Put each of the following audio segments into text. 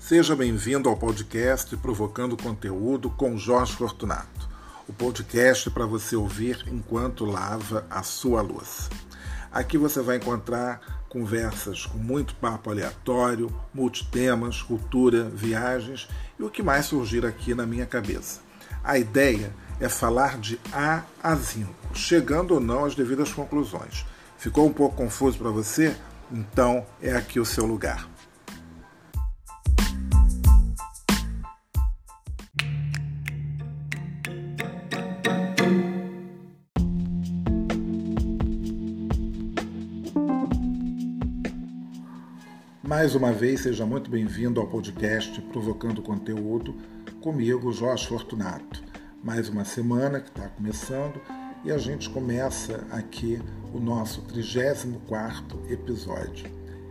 Seja bem-vindo ao podcast Provocando Conteúdo com Jorge Fortunato, o podcast para você ouvir enquanto lava a sua louça. Aqui você vai encontrar conversas com muito papo aleatório, multitemas, cultura, viagens e o que mais surgir aqui na minha cabeça. A ideia é falar de A a Zinco, chegando ou não às devidas conclusões. Ficou um pouco confuso para você? Então é aqui o seu lugar. Mais uma vez, seja muito bem-vindo ao podcast Provocando Conteúdo, comigo, Jorge Fortunato. Mais uma semana que está começando e a gente começa aqui o nosso 34º episódio.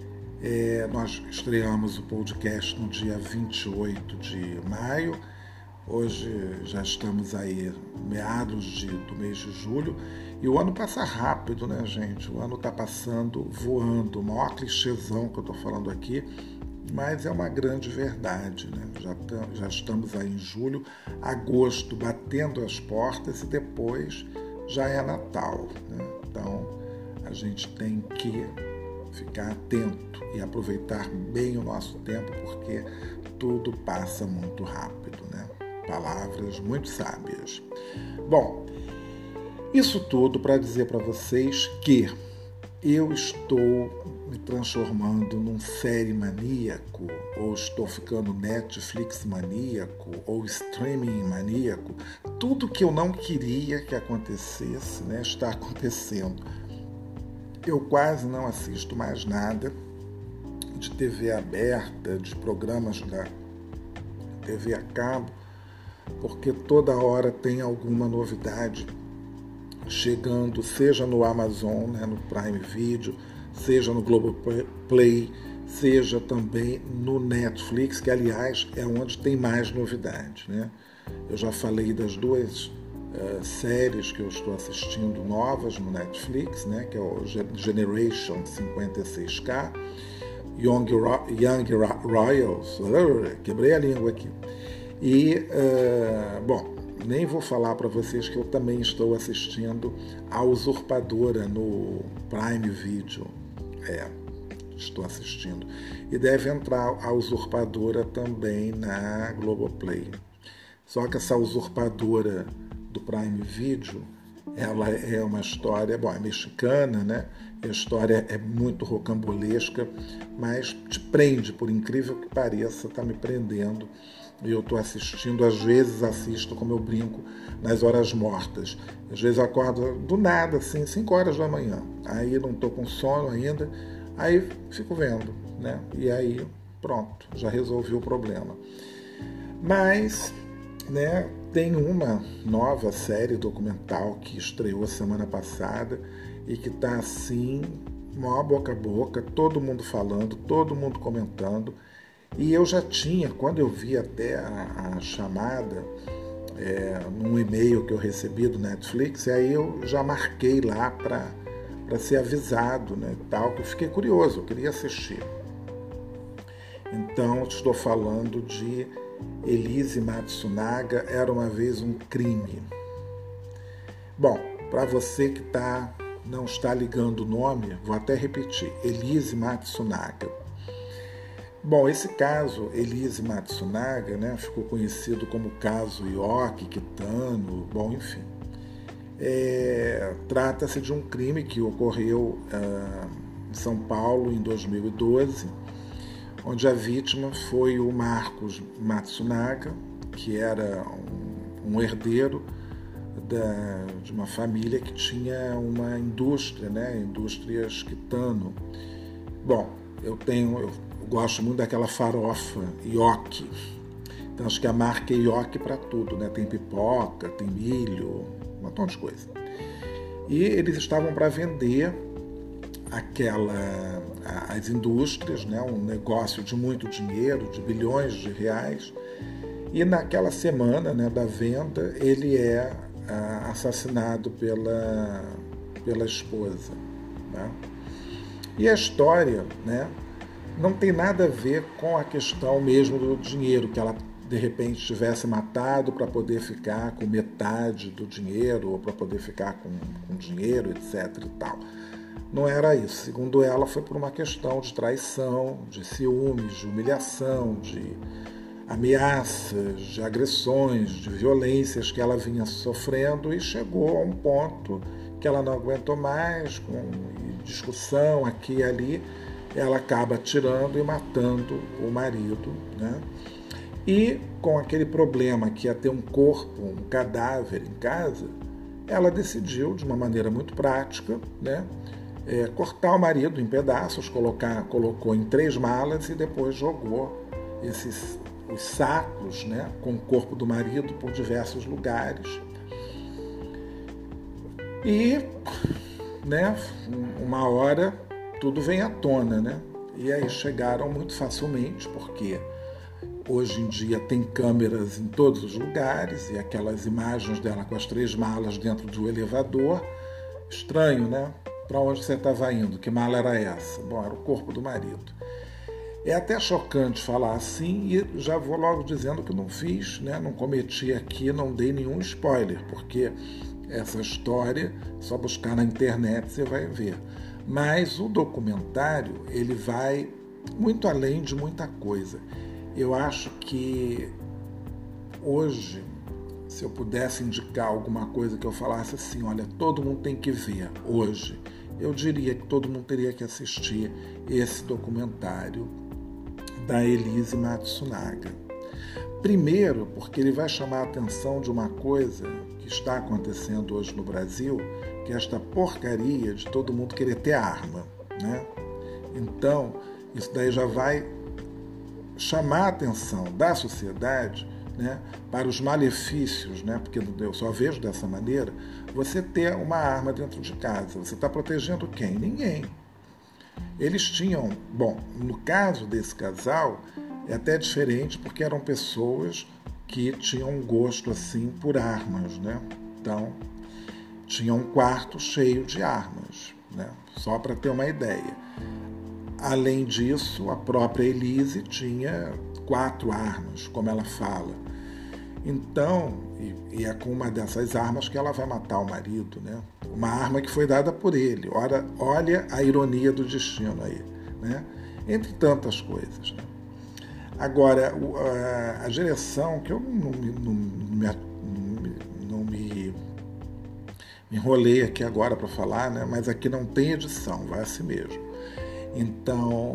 Nós estreamos o podcast no dia 28 de maio, hoje já estamos aí meados do mês de julho e o ano passa rápido, né, gente? O ano está passando voando, o maior clichêzão que eu estou falando aqui, mas é uma grande verdade, né? Já estamos aí em julho, agosto batendo as portas e depois já é Natal, né? Então a gente tem que ficar atento e aproveitar bem o nosso tempo, porque tudo passa muito rápido, né? Palavras muito sábias. Bom, isso tudo para dizer para vocês que eu estou me transformando num série maníaco, ou estou ficando Netflix maníaco, ou streaming maníaco. Tudo que eu não queria que acontecesse, né, está acontecendo. Eu quase não assisto mais nada de TV aberta, de programas da TV a cabo, porque toda hora tem alguma novidade chegando, seja no Amazon, né, no Prime Video, seja no Globoplay, seja também no Netflix, que aliás é onde tem mais novidade, né? Eu já falei das duas séries que eu estou assistindo novas no Netflix, né, que é o Generation 56K, Young Royals, quebrei a língua aqui. E, bom, nem vou falar para vocês que eu também estou assistindo A Usurpadora no Prime Video. Estou assistindo. E deve entrar A Usurpadora também na Globoplay. Só que essa Usurpadora do Prime Video, ela é uma história, bom, é mexicana, né? A história é muito rocambolesca, mas te prende, por incrível que pareça, está me prendendo. E eu estou assistindo, às vezes assisto, como eu brinco, nas horas mortas. Às vezes eu acordo do nada, assim, 5 horas da manhã. Aí não estou com sono ainda, aí fico vendo, né? E aí, pronto, já resolvi o problema. Mas, né, tem uma nova série documental que estreou semana passada e que está assim, maior boca a boca, todo mundo falando, todo mundo comentando. E eu já tinha, quando eu vi até a chamada, num e-mail que eu recebi do Netflix, aí eu já marquei lá para ser avisado, né, tal, que eu fiquei curioso, eu queria assistir. Então, estou falando de Elise Matsunaga, Era Uma Vez um Crime. Bom, para você que não está ligando o nome, vou até repetir, Elise Matsunaga. Bom, esse caso, Elise Matsunaga, né, ficou conhecido como caso Ioki, Kitano, bom, enfim. Trata-se de um crime que ocorreu em São Paulo em 2012, onde a vítima foi o Marcos Matsunaga, que era um herdeiro de uma família que tinha uma indústria, né, Indústrias Kitano. Bom, eu gosto muito daquela farofa Ioki. Então acho que a marca é Ioki para tudo, né? Tem pipoca, tem milho, um montão de coisa. E eles estavam para vender as indústrias, né? Um negócio de muito dinheiro, de bilhões de reais. E naquela semana, né, da venda, ele é assassinado pela esposa, né? E a história, né, não tem nada a ver com a questão mesmo do dinheiro, que ela de repente tivesse matado para poder ficar com metade do dinheiro ou para poder ficar com dinheiro, etc. e tal. Não era isso. Segundo ela, foi por uma questão de traição, de ciúmes, de humilhação, de ameaças, de agressões, de violências que ela vinha sofrendo e chegou a um ponto que ela não aguentou mais, com discussão aqui e ali, ela acaba atirando e matando o marido, né? E com aquele problema que ia ter um corpo, um cadáver em casa, ela decidiu, de uma maneira muito prática, né, cortar o marido em pedaços, colocou em 3 malas e depois jogou os sacos, né, com o corpo do marido por diversos lugares. E, né, uma hora tudo vem à tona, né? E aí chegaram muito facilmente, porque hoje em dia tem câmeras em todos os lugares e aquelas imagens dela com as 3 malas dentro do elevador. Estranho, né? Para onde você estava indo? Que mala era essa? Bom, era o corpo do marido. É até chocante falar assim e já vou logo dizendo que não fiz, né? Não cometi aqui, não dei nenhum spoiler, porque essa história, só buscar na internet você vai ver. Mas o documentário, ele vai muito além de muita coisa. Eu acho que hoje, se eu pudesse indicar alguma coisa que eu falasse assim, olha, todo mundo tem que ver hoje, eu diria que todo mundo teria que assistir esse documentário da Elise Matsunaga. Primeiro, porque ele vai chamar a atenção de uma coisa que está acontecendo hoje no Brasil, que é esta porcaria de todo mundo querer ter arma, né? Então, isso daí já vai chamar a atenção da sociedade, né, para os malefícios, né, porque eu só vejo dessa maneira, você ter uma arma dentro de casa. Você está protegendo quem? Ninguém. Eles tinham, bom, no caso desse casal, é até diferente porque eram pessoas que tinham um gosto assim por armas, né? Então, tinha um quarto cheio de armas, né? Só para ter uma ideia. Além disso, a própria Elise tinha 4 armas, como ela fala. Então, e é com uma dessas armas que ela vai matar o marido, né? Uma arma que foi dada por ele. Olha a ironia do destino aí, né? Entre tantas coisas, né? Agora, a direção, que eu não me enrolei aqui agora para falar, né? Mas aqui não tem edição, vai assim mesmo. Então,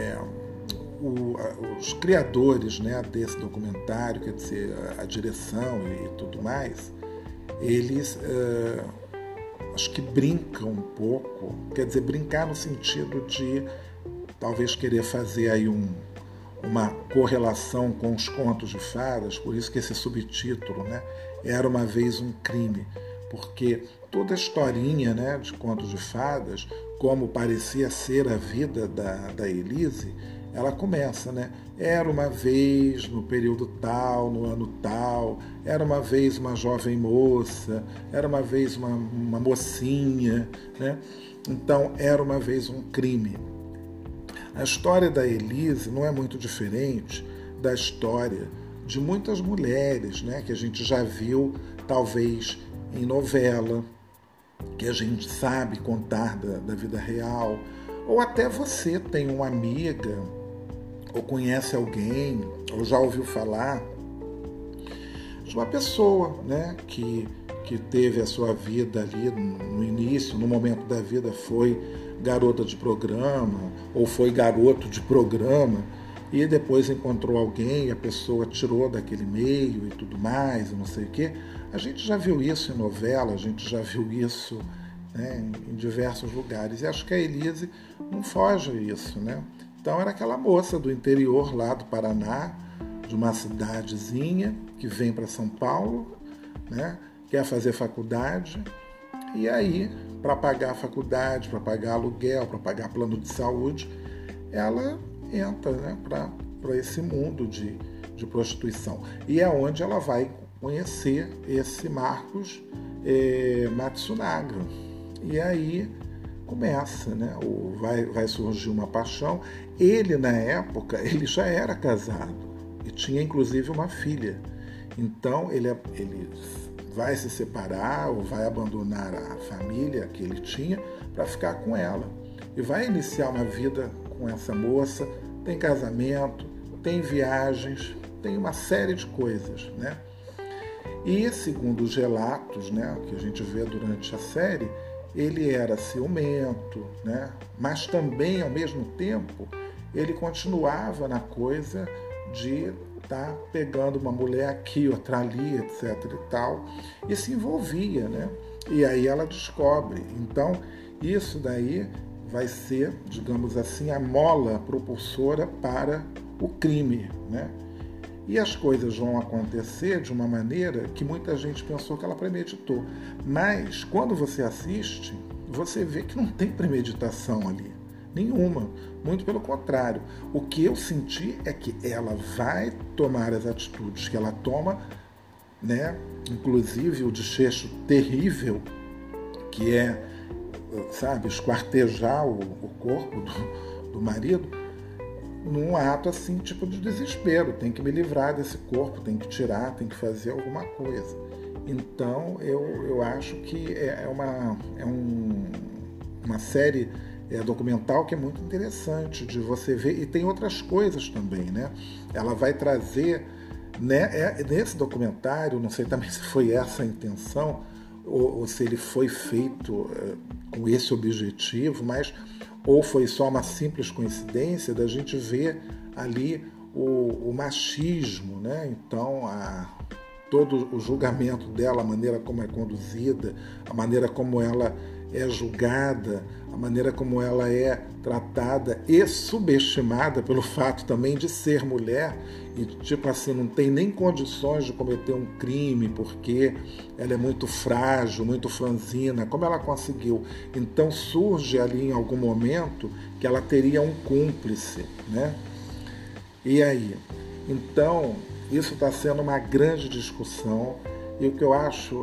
os criadores, né, desse documentário, quer dizer, a direção e tudo mais, eles acho que brincam um pouco, quer dizer, brincar no sentido de talvez querer fazer aí uma correlação com os contos de fadas, por isso que esse subtítulo, né, Era uma Vez um Crime, porque toda a historinha, né, de contos de fadas, como parecia ser a vida da Elise, ela começa, né? Era uma vez no período tal, no ano tal, era uma vez uma jovem moça, era uma vez uma mocinha, né? Então, era uma vez um crime. A história da Elise não é muito diferente da história de muitas mulheres, né, que a gente já viu, talvez, em novela, que a gente sabe contar da vida real, ou até você tem uma amiga, ou conhece alguém, ou já ouviu falar de uma pessoa, né, que teve a sua vida ali no início, no momento da vida, foi garota de programa, ou foi garoto de programa, e depois encontrou alguém e a pessoa tirou daquele meio e tudo mais, e não sei o quê. A gente já viu isso em novela, a gente já viu isso, né, em diversos lugares. E acho que a Elise não foge a isso, né? Então era aquela moça do interior lá do Paraná, de uma cidadezinha, que vem para São Paulo, né, quer fazer faculdade, e aí, para pagar a faculdade, para pagar aluguel, para pagar plano de saúde, ela entra, né, para esse mundo de prostituição. E é onde ela vai conhecer esse Marcos Matsunaga. E aí começa, né? Vai surgir uma paixão. Ele, na época, ele já era casado e tinha inclusive uma filha. Então ele vai se separar ou vai abandonar a família que ele tinha para ficar com ela. E vai iniciar uma vida com essa moça, tem casamento, tem viagens, tem uma série de coisas, né? E segundo os relatos, né, que a gente vê durante a série, ele era ciumento, né? Mas também, ao mesmo tempo, ele continuava na coisa de estar pegando uma mulher aqui, outra ali, etc. e tal, e se envolvia, né? E aí ela descobre. Então, isso daí vai ser, digamos assim, a mola propulsora para o crime, né? E as coisas vão acontecer de uma maneira que muita gente pensou que ela premeditou. Mas, quando você assiste, você vê que não tem premeditação ali. Nenhuma. Muito pelo contrário. O que eu senti é que ela vai tomar as atitudes que ela toma, né? Inclusive o desfecho terrível, que é, sabe, esquartejar o corpo do marido, num ato assim, tipo de desespero. Tem que me livrar desse corpo, tem que tirar, tem que fazer alguma coisa. Então eu acho que é uma série documental que é muito interessante de você ver, e tem outras coisas também, né? Ela vai trazer, né, nesse documentário, não sei também se foi essa a intenção ou se ele foi feito com esse objetivo, mas ou foi só uma simples coincidência da gente ver ali o machismo, né? Então, todo o julgamento dela, a maneira como é conduzida, a maneira como ela é julgada, a maneira como ela é tratada e subestimada pelo fato também de ser mulher e, tipo assim, não tem nem condições de cometer um crime porque ela é muito frágil, muito franzina. Como ela conseguiu? Então surge ali em algum momento que ela teria um cúmplice, né? E aí? Então, isso está sendo uma grande discussão, e o que eu acho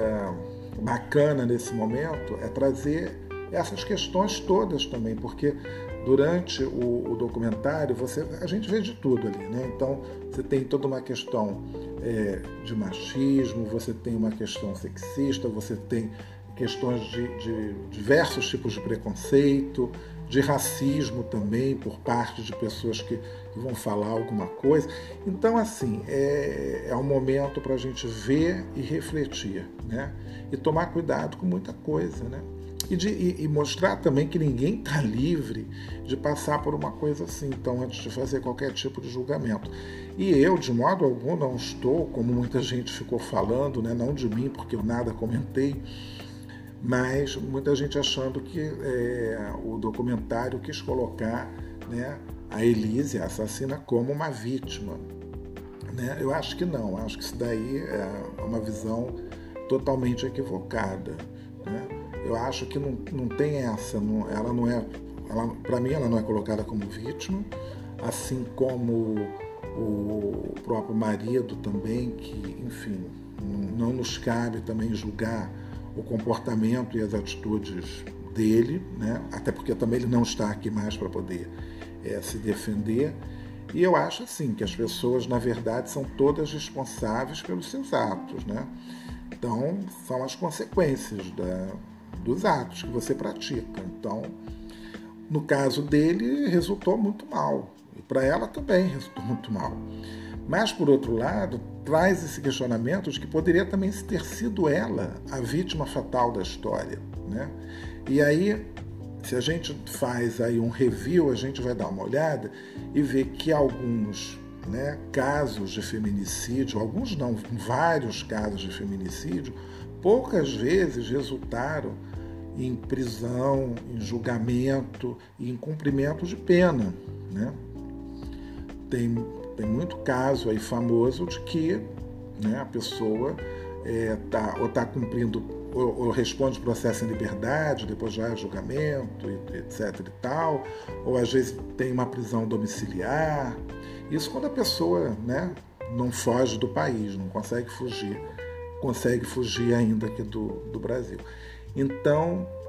bacana nesse momento é trazer essas questões todas também, porque durante o documentário a gente vê de tudo ali, né? Então você tem toda uma questão de machismo, você tem uma questão sexista, você tem questões de diversos tipos de preconceito, de racismo também por parte de pessoas que vão falar alguma coisa. Então, assim, é um momento para a gente ver e refletir, né? E tomar cuidado com muita coisa, né? E mostrar também que ninguém está livre de passar por uma coisa assim, então, antes de fazer qualquer tipo de julgamento. E eu, de modo algum, não estou, como muita gente ficou falando, né? Não de mim, porque eu nada comentei, mas muita gente achando que o documentário quis colocar, né, a Elise, a assassina, como uma vítima, né? Eu acho que não, acho que isso daí é uma visão totalmente equivocada, né? Eu acho que não tem essa, para mim ela não é colocada como vítima, assim como o próprio marido também, que, enfim, não nos cabe também julgar o comportamento e as atitudes dele, né? Até porque também ele não está aqui mais para poder se defender. E eu acho assim que as pessoas, na verdade, são todas responsáveis pelos seus atos, né? Então, são as consequências dos atos que você pratica. Então, no caso dele, resultou muito mal. E para ela também resultou muito mal. Mas, por outro lado, traz esse questionamento de que poderia também ter sido ela a vítima fatal da história, né? E aí, se a gente faz aí um review, a gente vai dar uma olhada e ver que alguns, né, casos de feminicídio, alguns não, vários casos de feminicídio, poucas vezes resultaram em prisão, em julgamento e em cumprimento de pena, né? Tem muito caso aí famoso de que, né, a pessoa está cumprindo ou responde processo em liberdade, depois já é julgamento, etc. e tal, ou às vezes tem uma prisão domiciliar. Isso quando a pessoa, né, não foge do país, não consegue fugir ainda aqui do Brasil. Então,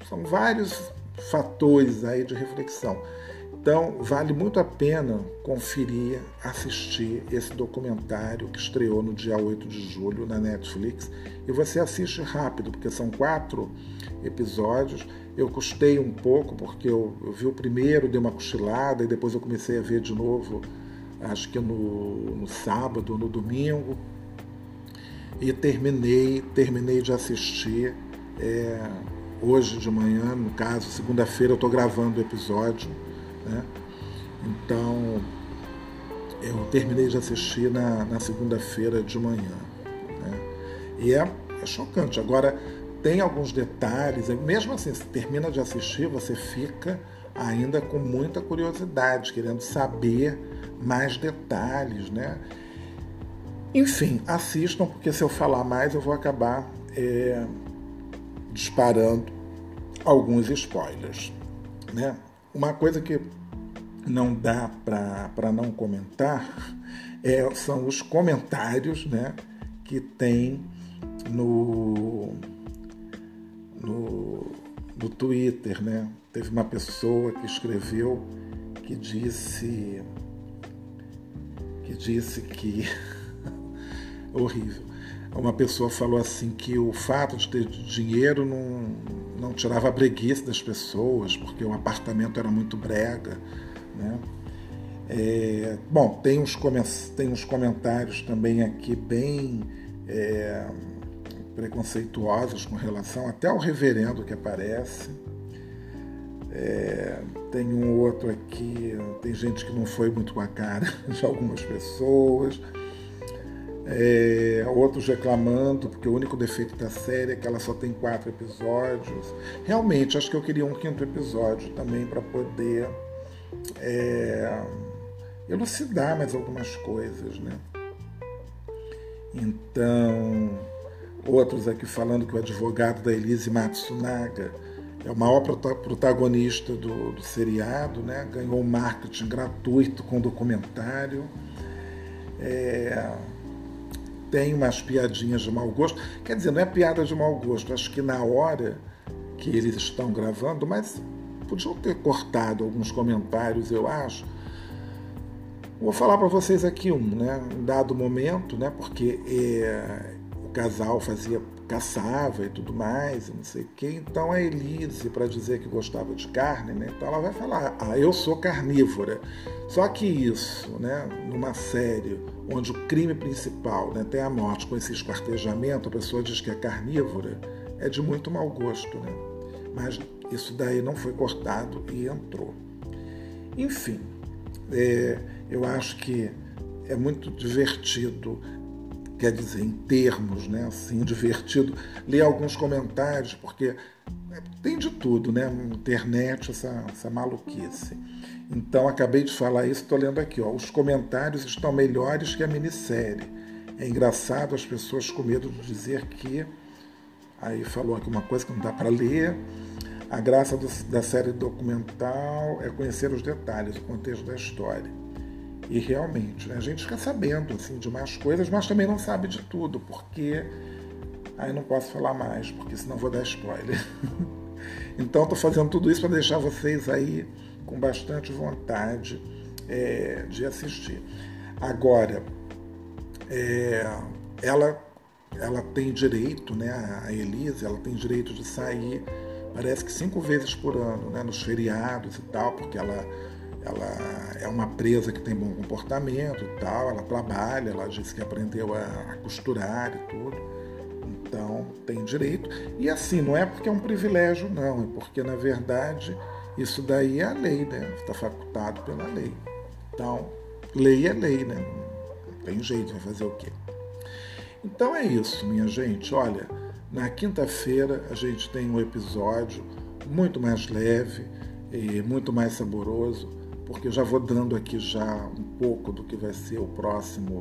São vários fatores aí de reflexão. Então, vale muito a pena conferir, assistir esse documentário que estreou no dia 8 de julho na Netflix. E você assiste rápido, porque são 4 episódios. Eu custei um pouco, porque eu vi o primeiro, dei uma cochilada, e depois eu comecei a ver de novo, acho que no sábado, no domingo. E terminei de assistir hoje de manhã, no caso, segunda-feira, eu estou gravando o episódio. Né? Então, eu terminei de assistir na segunda-feira de manhã. Né? E é chocante. Agora, tem alguns detalhes, mesmo assim, se termina de assistir, você fica ainda com muita curiosidade, querendo saber mais detalhes, né? Enfim, assistam, porque se eu falar mais, eu vou acabar disparando alguns spoilers, né? Uma coisa que não dá para não comentar são os comentários, né, que tem no Twitter, né? Teve uma pessoa que escreveu que disse que horrível. Uma pessoa falou assim que o fato de ter dinheiro não tirava a preguiça das pessoas, porque o apartamento era muito brega, né? Bom, tem uns comentários também aqui bem preconceituosos com relação até ao reverendo que aparece. Tem um outro aqui, tem gente que não foi muito com a cara de algumas pessoas. Outros reclamando, porque o único defeito da série é que ela só tem 4 episódios. Realmente, acho que eu queria um 5º episódio também para poder elucidar mais algumas coisas, né? Então, outros aqui falando que o advogado da Elise Matsunaga é o maior protagonista do seriado, né? Ganhou um marketing gratuito com o documentário. Tem umas piadinhas de mau gosto. Quer dizer, não é piada de mau gosto. Acho que na hora que eles estão gravando, mas podiam ter cortado alguns comentários, eu acho. Vou falar para vocês aqui né? Um dado momento, né? Porque o casal caçava e tudo mais, e não sei o quê. Então a Elise, para dizer que gostava de carne, né? Então ela vai falar, eu sou carnívora. Só que isso, né? Numa série onde o crime principal, né, tem a morte com esse esquartejamento, a pessoa diz que é carnívora, é de muito mau gosto, né? Mas isso daí não foi cortado e entrou. Enfim, eu acho que é muito divertido, quer dizer, em termos, né, assim, divertido, ler alguns comentários, porque tem de tudo, né, na internet, essa maluquice. Então, acabei de falar isso, estou lendo aqui, os comentários estão melhores que a minissérie. É engraçado as pessoas com medo de dizer que... Aí falou aqui uma coisa que não dá para ler. A graça da série documental é conhecer os detalhes, o contexto da história. E realmente, né, a gente fica sabendo assim, de mais coisas, mas também não sabe de tudo, porque... Aí não posso falar mais, porque senão vou dar spoiler. Então, estou fazendo tudo isso para deixar vocês aí com bastante vontade de assistir. Agora, ela tem direito, né, a Elise, ela tem direito de sair, parece que 5 vezes por ano, né, nos feriados e tal, porque ela é uma presa que tem bom comportamento e tal, ela trabalha, ela disse que aprendeu a costurar e tudo, então tem direito. E assim, não é porque é um privilégio, não, é porque, na verdade, isso daí é a lei, né? Está facultado pela lei. Então, lei é lei, né? Não tem jeito, vai fazer o quê? Então é isso, minha gente. Olha, na quinta-feira a gente tem um episódio muito mais leve e muito mais saboroso, porque eu já vou dando aqui já um pouco do que vai ser o próximo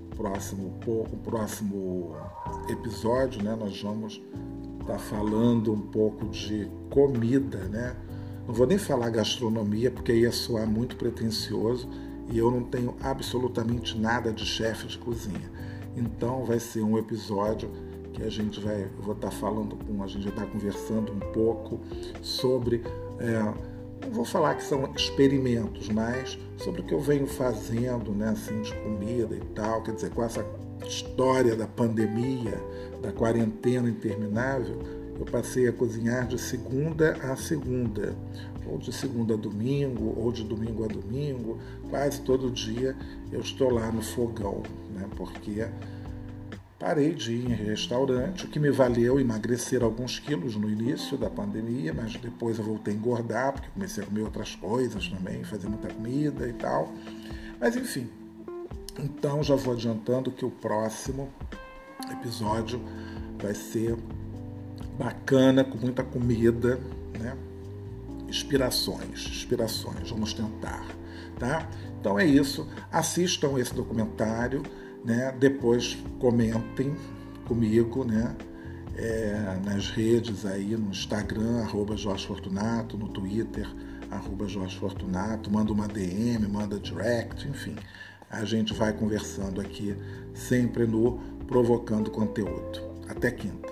episódio, né? Nós vamos estar falando um pouco de comida, né? Não vou nem falar gastronomia, porque ia soar muito pretensioso e eu não tenho absolutamente nada de chefe de cozinha. Então vai ser um episódio que eu vou estar falando a gente vai estar conversando um pouco sobre, não vou falar que são experimentos, mas sobre o que eu venho fazendo, né, assim, de comida e tal, quer dizer, com essa história da pandemia, da quarentena interminável, eu passei a cozinhar de segunda a segunda, ou de segunda a domingo, ou de domingo a domingo, quase todo dia eu estou lá no fogão, né, porque parei de ir em restaurante, o que me valeu emagrecer alguns quilos no início da pandemia, mas depois eu voltei a engordar, porque comecei a comer outras coisas também, fazer muita comida e tal. Mas enfim, então já vou adiantando que o próximo episódio vai ser bacana, com muita comida, né? Inspirações, vamos tentar, tá? Então é isso, assistam esse documentário, né? Depois comentem comigo, né? Nas redes aí, no Instagram, @JorgeFortunato, no Twitter, @JorgeFortunato, manda uma DM, manda direct, enfim. A gente vai conversando aqui sempre no Provocando Conteúdo. Até quinta.